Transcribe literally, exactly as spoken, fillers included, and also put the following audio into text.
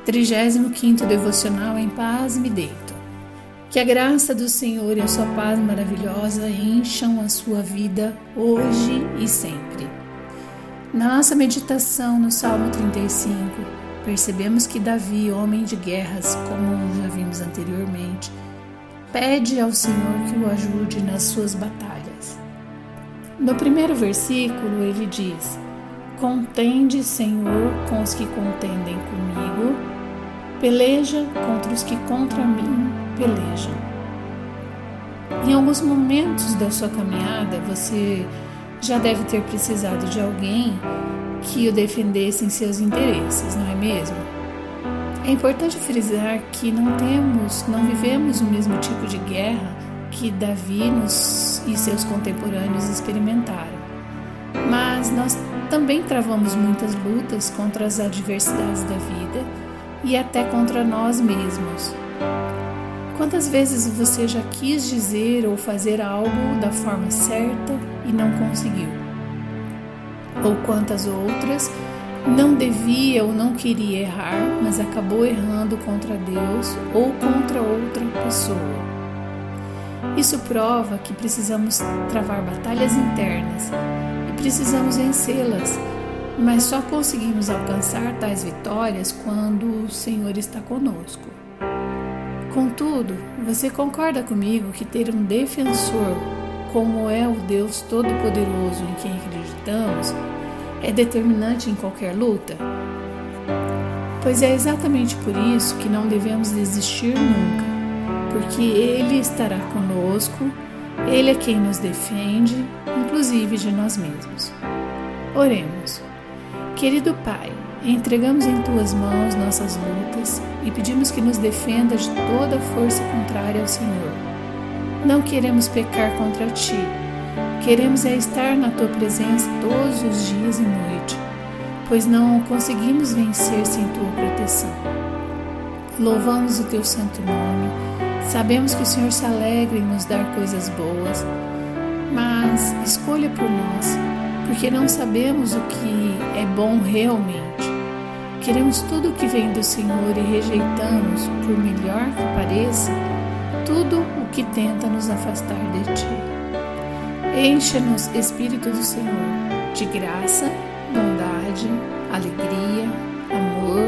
Trigésimo quinto Devocional Em Paz Me Deito. Que a graça do Senhor e a sua paz maravilhosa encham a sua vida hoje e sempre. Na nossa meditação no Salmo trinta e cinco, percebemos que Davi, homem de guerras, como já vimos anteriormente, pede ao Senhor que o ajude nas suas batalhas. No primeiro versículo ele diz: Contende, Senhor, com os que contendem comigo, peleja contra os que contra mim pelejam. Em alguns momentos da sua caminhada, você já deve ter precisado de alguém que o defendesse em seus interesses, não é mesmo? É importante frisar que não temos, não vivemos o mesmo tipo de guerra que Davi nos, e seus contemporâneos experimentaram. Mas nós também travamos muitas lutas contra as adversidades da vida e até contra nós mesmos. Quantas vezes você já quis dizer ou fazer algo da forma certa e não conseguiu? Ou quantas outras não devia ou não queria errar, mas acabou errando contra Deus ou contra outra pessoa? Isso prova que precisamos travar batalhas internas e precisamos vencê-las, mas só conseguimos alcançar tais vitórias quando o Senhor está conosco. Contudo, você concorda comigo que ter um defensor, como é o Deus Todo-Poderoso em quem acreditamos, é determinante em qualquer luta? Pois é exatamente por isso que não devemos desistir nunca, porque Ele estará conosco, Ele é quem nos defende, inclusive de nós mesmos. Oremos. Querido Pai, entregamos em Tuas mãos nossas lutas e pedimos que nos defenda de toda força contrária ao Senhor. Não queremos pecar contra Ti, queremos é estar na Tua presença todos os dias e noite, pois não conseguimos vencer sem Tua proteção. Louvamos o Teu santo nome, sabemos que o Senhor se alegra em nos dar coisas boas, mas escolha por nós, porque não sabemos o que é bom realmente. Queremos tudo o que vem do Senhor e rejeitamos, por melhor que pareça, tudo o que tenta nos afastar de Ti. Encha-nos, Espírito do Senhor, de graça, bondade, alegria, amor,